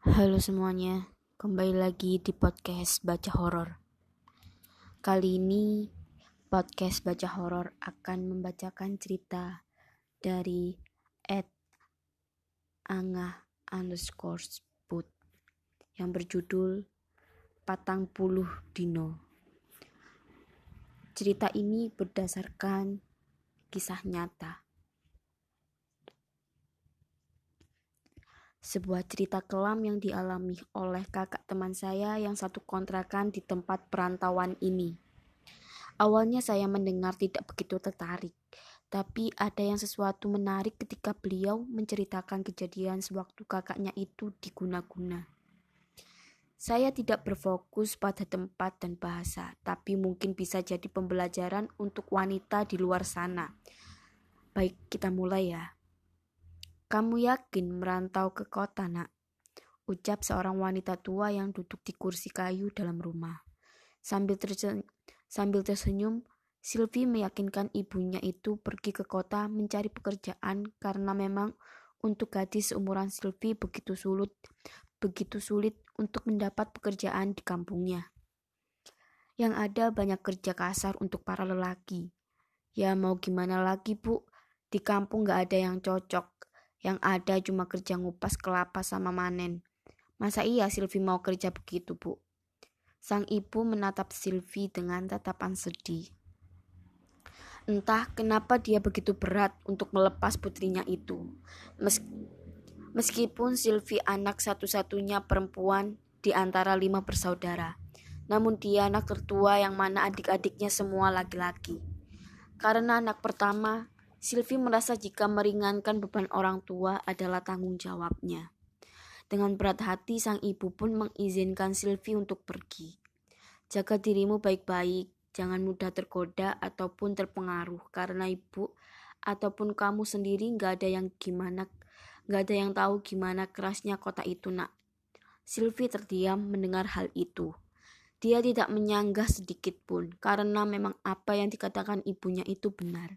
Halo semuanya, kembali lagi di podcast Baca Horor. Kali ini podcast Baca Horor akan membacakan cerita dari @angah_sput yang berjudul Patang Puluh Dino. Cerita ini berdasarkan kisah nyata. Sebuah cerita kelam yang dialami oleh kakak teman saya yang satu kontrakan di tempat perantauan ini. Awalnya saya mendengar tidak begitu tertarik, tapi ada yang sesuatu menarik ketika beliau menceritakan kejadian sewaktu kakaknya itu diguna-guna. Saya tidak berfokus pada tempat dan bahasa, tapi mungkin bisa jadi pembelajaran untuk wanita di luar sana. Baik, kita mulai ya. Kamu yakin merantau ke kota, nak? Ucap seorang wanita tua yang duduk di kursi kayu dalam rumah. Sambil tersenyum, Sylvie meyakinkan ibunya itu pergi ke kota mencari pekerjaan karena memang untuk gadis seumuran Sylvie begitu sulit untuk mendapat pekerjaan di kampungnya. Yang ada banyak kerja kasar untuk para lelaki. Ya mau gimana lagi, Bu? Di kampung gak ada yang cocok. Yang ada cuma kerja ngupas kelapa sama manen. Masa iya Sylvie mau kerja begitu, Bu? Sang ibu menatap Sylvie dengan tatapan sedih. Entah kenapa dia begitu berat untuk melepas putrinya itu. Meskipun Sylvie anak satu-satunya perempuan di antara 5 bersaudara, namun dia anak tertua yang mana adik-adiknya semua laki-laki. Karena anak pertama, Sylvie merasa jika meringankan beban orang tua adalah tanggung jawabnya. Dengan berat hati, sang ibu pun mengizinkan Sylvie untuk pergi. Jaga dirimu baik-baik, jangan mudah tergoda ataupun terpengaruh karena ibu ataupun kamu sendiri gak ada yang tahu gimana kerasnya kota itu, nak. Sylvie terdiam mendengar hal itu. Dia tidak menyanggah sedikit pun karena memang apa yang dikatakan ibunya itu benar.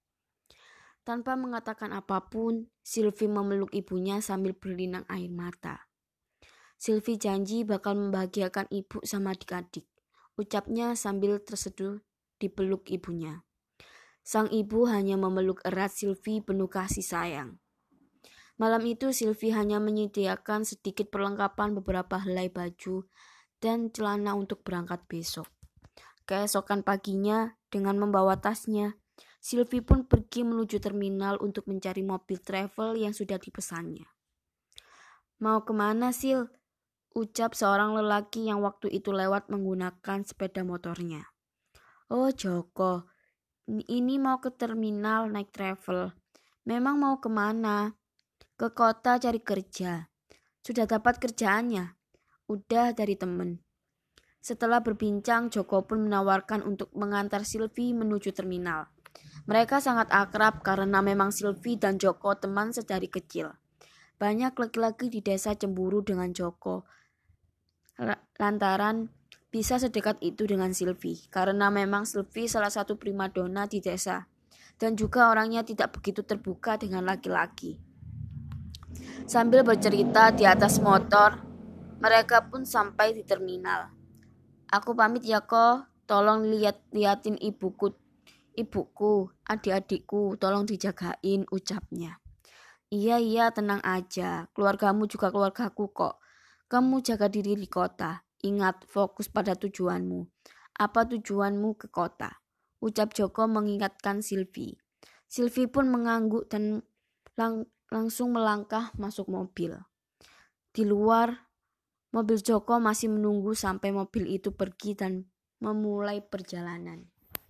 Tanpa mengatakan apapun, Sylvie memeluk ibunya sambil berlinang air mata. Sylvie janji bakal membahagiakan ibu sama adik-adik, ucapnya sambil terseduh dipeluk ibunya. Sang ibu hanya memeluk erat Sylvie penuh kasih sayang. Malam itu Sylvie hanya menyediakan sedikit perlengkapan beberapa helai baju dan celana untuk berangkat besok. Keesokan paginya, dengan membawa tasnya, Sylvie pun pergi menuju terminal untuk mencari mobil travel yang sudah dipesannya. Mau kemana, Sil? Ucap seorang lelaki yang waktu itu lewat menggunakan sepeda motornya. Oh, Joko, ini mau ke terminal naik travel. Memang mau kemana? Ke kota cari kerja. Sudah dapat kerjaannya? Udah dari temen. Setelah berbincang, Joko pun menawarkan untuk mengantar Sylvie menuju terminal. Mereka sangat akrab karena memang Sylvie dan Joko teman sedari kecil. Banyak laki-laki di desa cemburu dengan Joko lantaran bisa sedekat itu dengan Sylvie karena memang Sylvie salah satu primadona di desa dan juga orangnya tidak begitu terbuka dengan laki-laki. Sambil bercerita di atas motor, mereka pun sampai di terminal. Aku pamit ya kok, tolong liatin ibuku, adik-adikku, tolong dijagain, ucapnya. Iya, tenang aja, keluargamu juga keluargaku kok. Kamu jaga diri di kota, ingat fokus pada tujuanmu. Apa tujuanmu ke kota? Ucap Joko mengingatkan Sylvie. Sylvie pun mengangguk dan langsung melangkah masuk mobil. Di luar, mobil Joko masih menunggu sampai mobil itu pergi dan memulai perjalanan.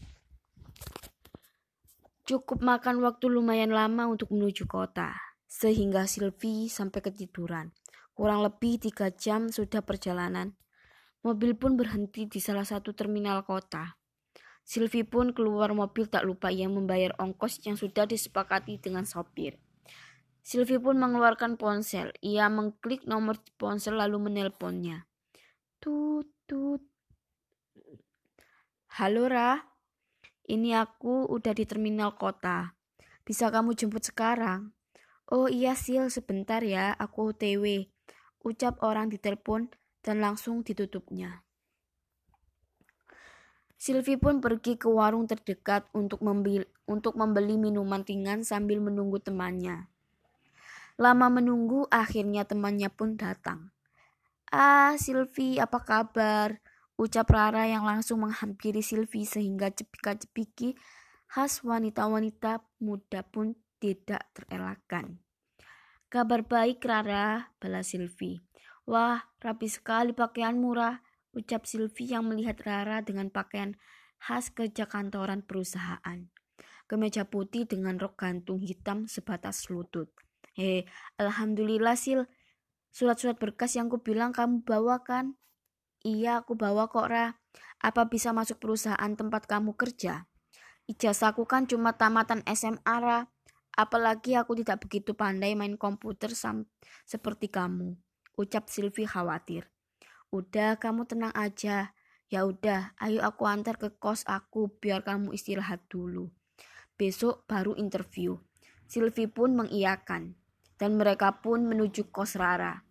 Cukup makan waktu lumayan lama untuk menuju kota, sehingga Sylvie sampai ketiduran. Kurang lebih 3 jam sudah perjalanan. Mobil pun berhenti di salah satu terminal kota. Sylvie pun keluar mobil tak lupa ia membayar ongkos yang sudah disepakati dengan sopir. Sylvie pun mengeluarkan ponsel. Ia mengklik nomor ponsel lalu menelponnya. Tut. Halo Ra, ini aku udah di terminal kota. Bisa kamu jemput sekarang? Oh iya Sil, sebentar ya, aku OTW. ucap orang di telepon dan langsung ditutupnya. Sylvie pun pergi ke warung terdekat untuk membeli minuman ringan sambil menunggu temannya. Lama menunggu, akhirnya temannya pun datang. "Ah, Sylvie, apa kabar?" ucap Rara yang langsung menghampiri Sylvie sehingga cepika-cepiki khas wanita-wanita muda pun tidak terelakkan. "Kabar baik, Rara," balas Sylvie. "Wah, rapi sekali pakaian murah," ucap Sylvie yang melihat Rara dengan pakaian khas kerja kantoran perusahaan. Kemeja putih dengan rok gantung hitam sebatas lutut. Alhamdulillah, Sil. Surat-surat berkas yang kubilang kamu bawa kan?" "Iya, aku bawa kok, Ra. Apa bisa masuk perusahaan tempat kamu kerja?" "Ijazahku kan cuma tamatan SMA, Ra. Apalagi aku tidak begitu pandai main komputer seperti kamu," ucap Sylvie khawatir. "Udah, kamu tenang aja. Ya udah, ayo aku antar ke kos aku biar kamu istirahat dulu. Besok baru interview." Sylvie pun mengiyakan, dan mereka pun menuju kos Rara.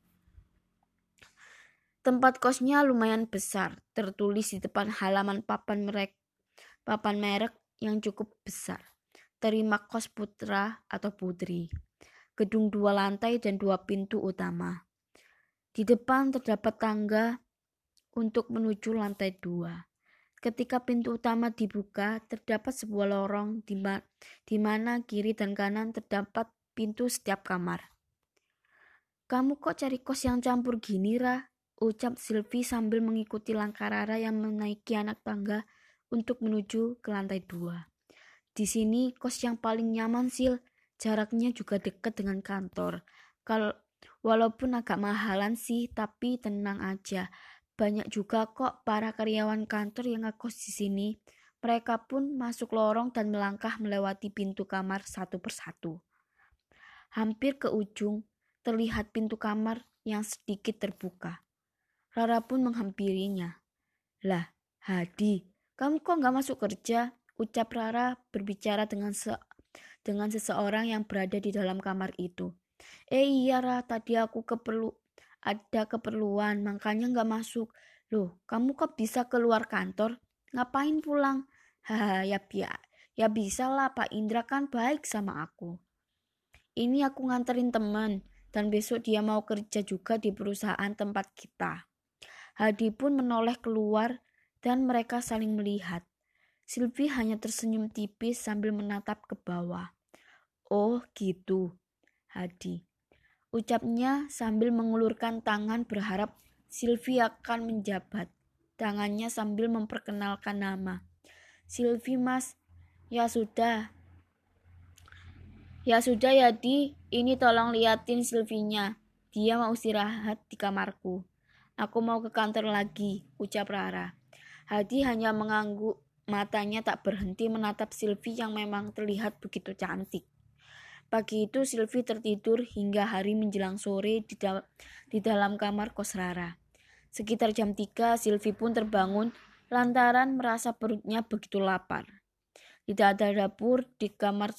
Tempat kosnya lumayan besar, tertulis di depan halaman papan merek yang cukup besar. "Terima kos putra atau putri." Gedung 2 lantai dan 2 pintu utama. Di depan terdapat tangga untuk menuju lantai 2. Ketika pintu utama dibuka, terdapat sebuah lorong di mana kiri dan kanan terdapat pintu setiap kamar. "Kamu kok cari kos yang campur gini, Ra?" ucap Sylvie sambil mengikuti langkah Rara yang menaiki anak tangga untuk menuju ke lantai 2. "Di sini kos yang paling nyaman, Sil. Jaraknya juga dekat dengan kantor. Walaupun agak mahalan sih, tapi tenang aja. Banyak juga kok para karyawan kantor yang ngekos di sini." Mereka pun masuk lorong dan melangkah melewati pintu kamar satu persatu. Hampir ke ujung, terlihat pintu kamar yang sedikit terbuka. Rara pun menghampirinya. "Lah, Hadi, kamu kok gak masuk kerja?" ucap Rara berbicara dengan seseorang yang berada di dalam kamar itu. Iya, Ra, tadi aku ada keperluan, makanya gak masuk." "Loh, kamu kok bisa keluar kantor? Ngapain pulang?" "Haha, ya bisa lah, Pak Indra kan baik sama aku. Ini aku nganterin teman, dan besok dia mau kerja juga di perusahaan tempat kita." Hadi pun menoleh keluar dan mereka saling melihat. Sylvie hanya tersenyum tipis sambil menatap ke bawah. "Oh gitu, Hadi," ucapnya sambil mengulurkan tangan berharap Sylvie akan menjabat tangannya sambil memperkenalkan nama. "Sylvie, Mas." Ya sudah ya, Di. Ini tolong liatin Sylvie-nya. Dia mau istirahat di kamarku. Aku mau ke kantor lagi," ucap Rara. Hadi hanya mengangguk, matanya tak berhenti menatap Sylvie yang memang terlihat begitu cantik. Pagi itu Sylvie tertidur hingga hari menjelang sore di dalam kamar kos Rara. Sekitar jam 3 Sylvie pun terbangun lantaran merasa perutnya begitu lapar. Tidak ada dapur di kamar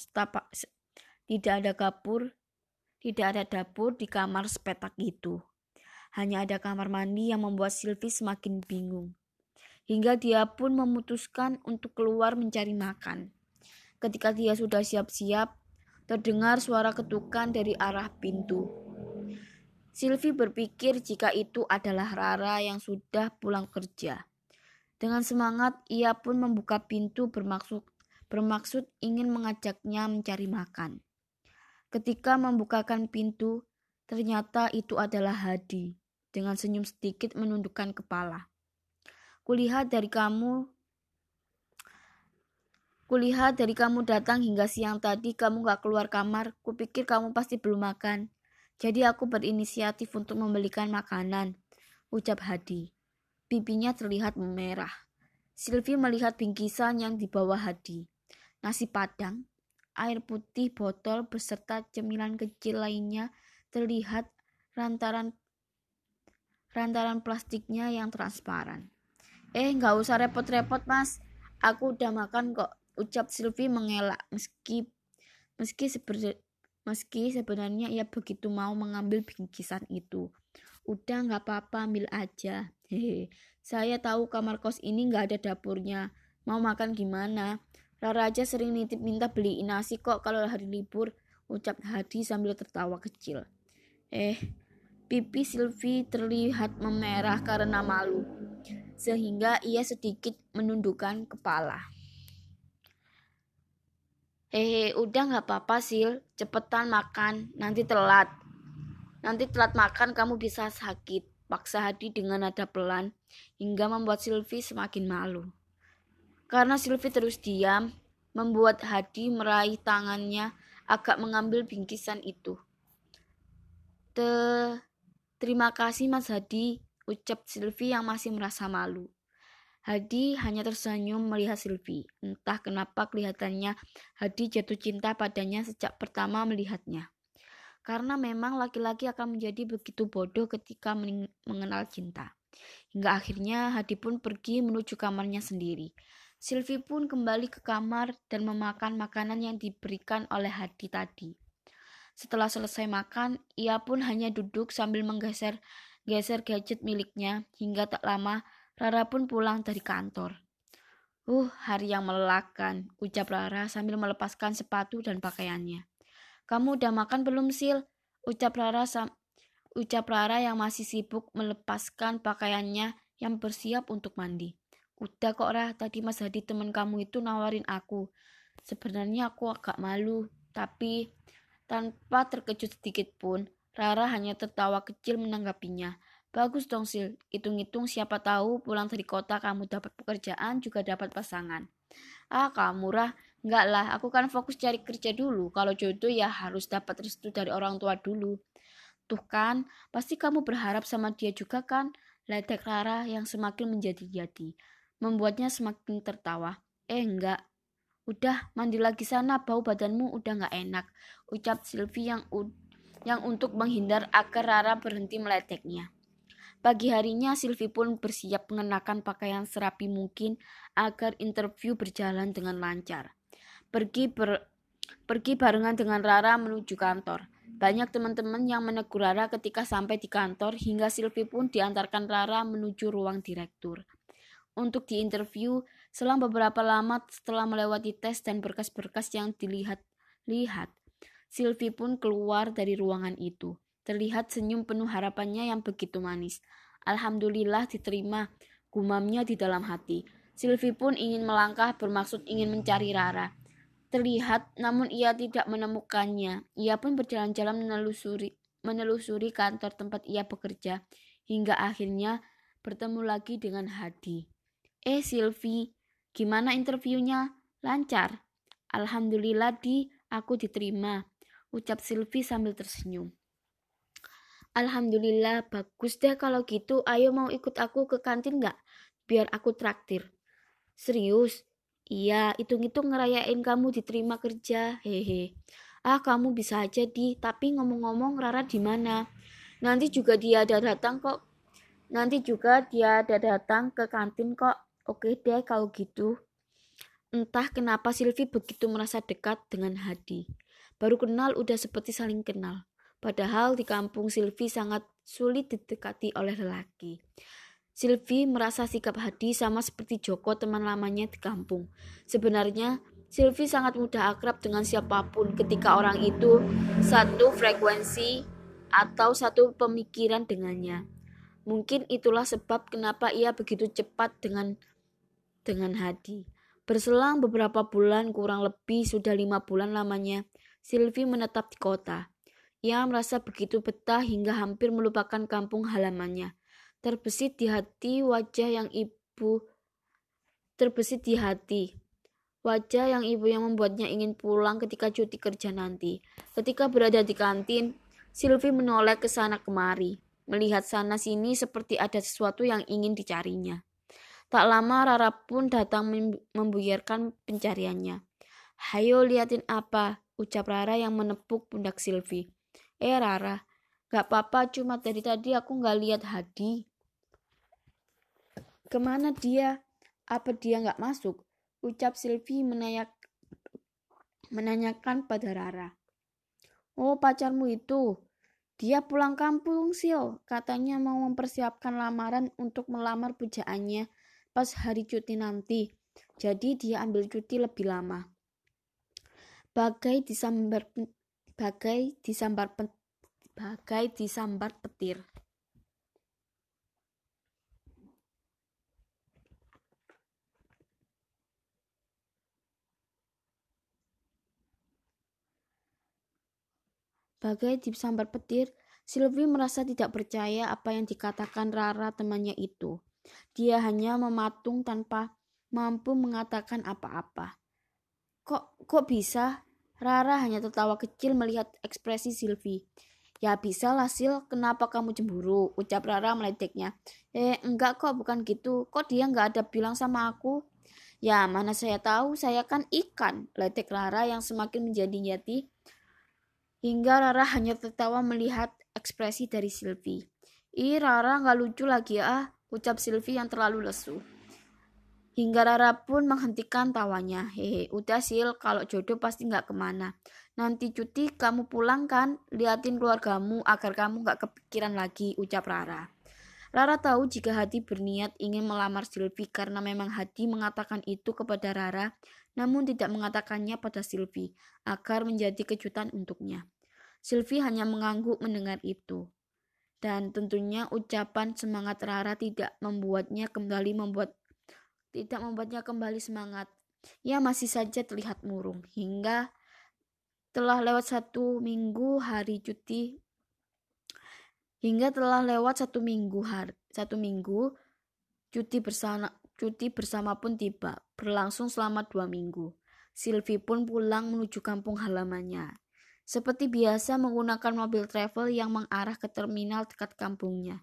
sepetak itu. Hanya ada kamar mandi yang membuat Sylvie semakin bingung. Hingga dia pun memutuskan untuk keluar mencari makan. Ketika dia sudah siap-siap, terdengar suara ketukan dari arah pintu. Sylvie berpikir jika itu adalah Rara yang sudah pulang kerja. Dengan semangat, ia pun membuka pintu bermaksud ingin mengajaknya mencari makan. Ketika membukakan pintu, ternyata itu adalah Hadi. Dengan senyum sedikit menundukkan kepala. Kulihat dari kamu datang hingga siang tadi kamu gak keluar kamar. Kupikir kamu pasti belum makan. Jadi aku berinisiatif untuk membelikan makanan," ucap Hadi. Pipinya terlihat memerah. Sylvie melihat bingkisan yang dibawa Hadi. Nasi padang, air putih botol beserta cemilan kecil lainnya terlihat rantaran plastiknya yang transparan. Gak usah repot-repot, Mas. Aku udah makan kok, ucap Sylvie mengelak meski sebenarnya ia begitu mau mengambil bingkisan itu. Udah nggak apa-apa, ambil aja. Hehe. Saya tahu kamar kos ini nggak ada dapurnya. Mau makan gimana? Rara aja sering nitip minta beliin nasi kok kalau hari libur, ucap Hadi sambil tertawa kecil. Pipi Sylvie terlihat memerah karena malu, sehingga ia sedikit menundukkan kepala. Udah nggak apa-apa Sil, cepetan makan, nanti telat makan kamu bisa sakit, paksa Hadi dengan nada pelan, hingga membuat Sylvie semakin malu. Karena Sylvie terus diam, membuat Hadi meraih tangannya agak mengambil bingkisan itu. Terima kasih Mas Hadi, ucap Sylvie yang masih merasa malu. Hadi hanya tersenyum melihat Sylvie. Entah kenapa kelihatannya Hadi jatuh cinta padanya sejak pertama melihatnya. Karena memang laki-laki akan menjadi begitu bodoh ketika mengenal cinta. Hingga akhirnya Hadi pun pergi menuju kamarnya sendiri. Sylvie pun kembali ke kamar dan memakan makanan yang diberikan oleh Hadi tadi. Setelah selesai makan, ia pun hanya duduk sambil menggeser gadget miliknya. Hingga tak lama, Rara pun pulang dari kantor. Hari yang melelahkan, ucap Rara sambil melepaskan sepatu dan pakaiannya. Kamu udah makan belum, Sil? Ucap Rara yang masih sibuk melepaskan pakaiannya yang bersiap untuk mandi. Udah kok, Rah. Tadi Mas Hadi teman kamu itu nawarin aku. Sebenarnya aku agak malu, tapi tanpa terkejut sedikit pun, Rara hanya tertawa kecil menanggapinya. Bagus dong, Sil. Hitung-hitung siapa tahu pulang dari kota kamu dapat pekerjaan juga dapat pasangan. Kamu, Rah. Enggak lah, aku kan fokus cari kerja dulu. Kalau jodoh ya harus dapat restu dari orang tua dulu. Tuh kan, pasti kamu berharap sama dia juga kan? Ledek Rara yang semakin menjadi-jadi. Membuatnya semakin tertawa. Enggak. Udah, mandi lagi sana, bau badanmu udah enggak enak. Ucap Sylvie yang untuk menghindar agar Rara berhenti meledeknya. Pagi harinya Sylvie pun bersiap mengenakan pakaian serapi mungkin agar interview berjalan dengan lancar. Pergi barengan dengan Rara menuju kantor. Banyak teman-teman yang menegur Rara ketika sampai di kantor hingga Sylvie pun diantarkan Rara menuju ruang direktur. Untuk diinterview, selang beberapa lama setelah melewati tes dan berkas-berkas yang dilihat-lihat, Sylvie pun keluar dari ruangan itu. Terlihat senyum penuh harapannya yang begitu manis. Alhamdulillah diterima, gumamnya di dalam hati. Sylvie pun ingin melangkah bermaksud ingin mencari Rara. Terlihat, namun ia tidak menemukannya. Ia pun berjalan-jalan menelusuri kantor tempat ia bekerja, hingga akhirnya bertemu lagi dengan Hadi. Sylvie, gimana interviewnya? Lancar? Alhamdulillah aku diterima, ucap Sylvie sambil tersenyum. Alhamdulillah, bagus deh kalau gitu. Ayo mau ikut aku ke kantin gak? Biar aku traktir. Serius? Iya, hitung-hitung ngerayain kamu diterima kerja. Hehe. Kamu bisa aja tapi ngomong-ngomong Rara di mana? Nanti juga dia ada datang ke kantin kok. Oke deh kalau gitu. Entah kenapa Sylvie begitu merasa dekat dengan Hadi. Baru kenal udah seperti saling kenal. Padahal di kampung Sylvie sangat sulit didekati oleh lelaki. Sylvie merasa sikap Hadi sama seperti Joko teman lamanya di kampung. Sebenarnya Sylvie sangat mudah akrab dengan siapapun ketika orang itu satu frekuensi atau satu pemikiran dengannya. Mungkin itulah sebab kenapa ia begitu cepat dengan Hadi. Berselang beberapa bulan, kurang lebih sudah 5 bulan lamanya, Sylvie menetap di kota. Ia merasa begitu betah hingga hampir melupakan kampung halamannya. Terbesit di hati wajah ibu yang membuatnya ingin pulang ketika cuti kerja nanti. Ketika berada di kantin, Sylvie menoleh ke sana kemari, melihat sana sini seperti ada sesuatu yang ingin dicarinya. Tak lama Rara pun datang membuyarkan pencariannya. Hayo liatin apa, ucap Rara yang menepuk pundak Sylvie. Rara, gak apa-apa, cuma dari tadi aku gak lihat Hadi. Kemana dia? Apa dia gak masuk? Ucap Sylvie menanyakan pada Rara. Oh, pacarmu itu? Dia pulang kampung, Sil. Katanya mau mempersiapkan lamaran untuk melamar pujaannya pas hari cuti nanti. Jadi dia ambil cuti lebih lama. Bagai disambar petir. Bagai disambar petir, Sylvie merasa tidak percaya apa yang dikatakan Rara temannya itu. Dia hanya mematung tanpa mampu mengatakan apa-apa. Kok bisa? Rara hanya tertawa kecil melihat ekspresi Sylvie. Ya bisa lah Sil, kenapa kamu cemburu? Ucap Rara meledeknya. Enggak kok, bukan gitu. Kok dia nggak ada bilang sama aku? Ya mana saya tahu, saya kan ikan. Ledek Rara yang semakin menjadi-jadi hingga Rara hanya tertawa melihat ekspresi dari Sylvie. Ih Rara nggak lucu lagi ya, ucap Sylvie yang terlalu lesu. Hingga Rara pun menghentikan tawanya. Hehe, udah Sil, kalau jodoh pasti nggak kemana. Nanti cuti kamu pulang kan, liatin keluargamu agar kamu nggak kepikiran lagi, ucap Rara. Rara tahu jika Hadi berniat ingin melamar Sylvie karena memang Hadi mengatakan itu kepada Rara, namun tidak mengatakannya pada Sylvie, agar menjadi kejutan untuknya. Sylvie hanya mengangguk mendengar itu. Dan tentunya ucapan semangat Rara tidak membuatnya kembali semangat. Ia masih saja terlihat murung hingga telah lewat satu minggu cuti bersama pun tiba, berlangsung selama 2 minggu. Sylvie pun pulang menuju kampung halamannya. Seperti biasa menggunakan mobil travel yang mengarah ke terminal dekat kampungnya.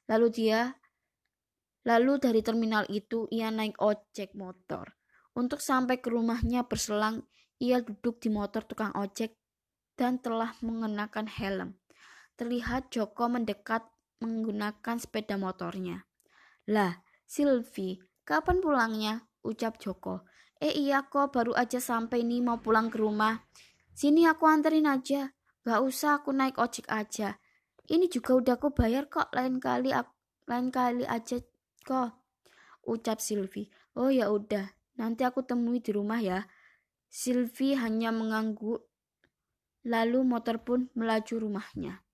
Lalu dari terminal itu ia naik ojek motor. Untuk sampai ke rumahnya berselang, ia duduk di motor tukang ojek dan telah mengenakan helm. Terlihat Joko mendekat menggunakan sepeda motornya. Lah, Sylvie, kapan pulangnya? Ucap Joko. Iya kok, baru aja sampai nih mau pulang ke rumah. Sini aku anterin aja. Gak usah, aku naik ojek aja. Ini juga udah aku bayar kok, lain kali aja kok. Ucap Sylvie. Oh ya udah, nanti aku temui di rumah ya. Sylvie hanya mengangguk. Lalu motor pun melaju rumahnya.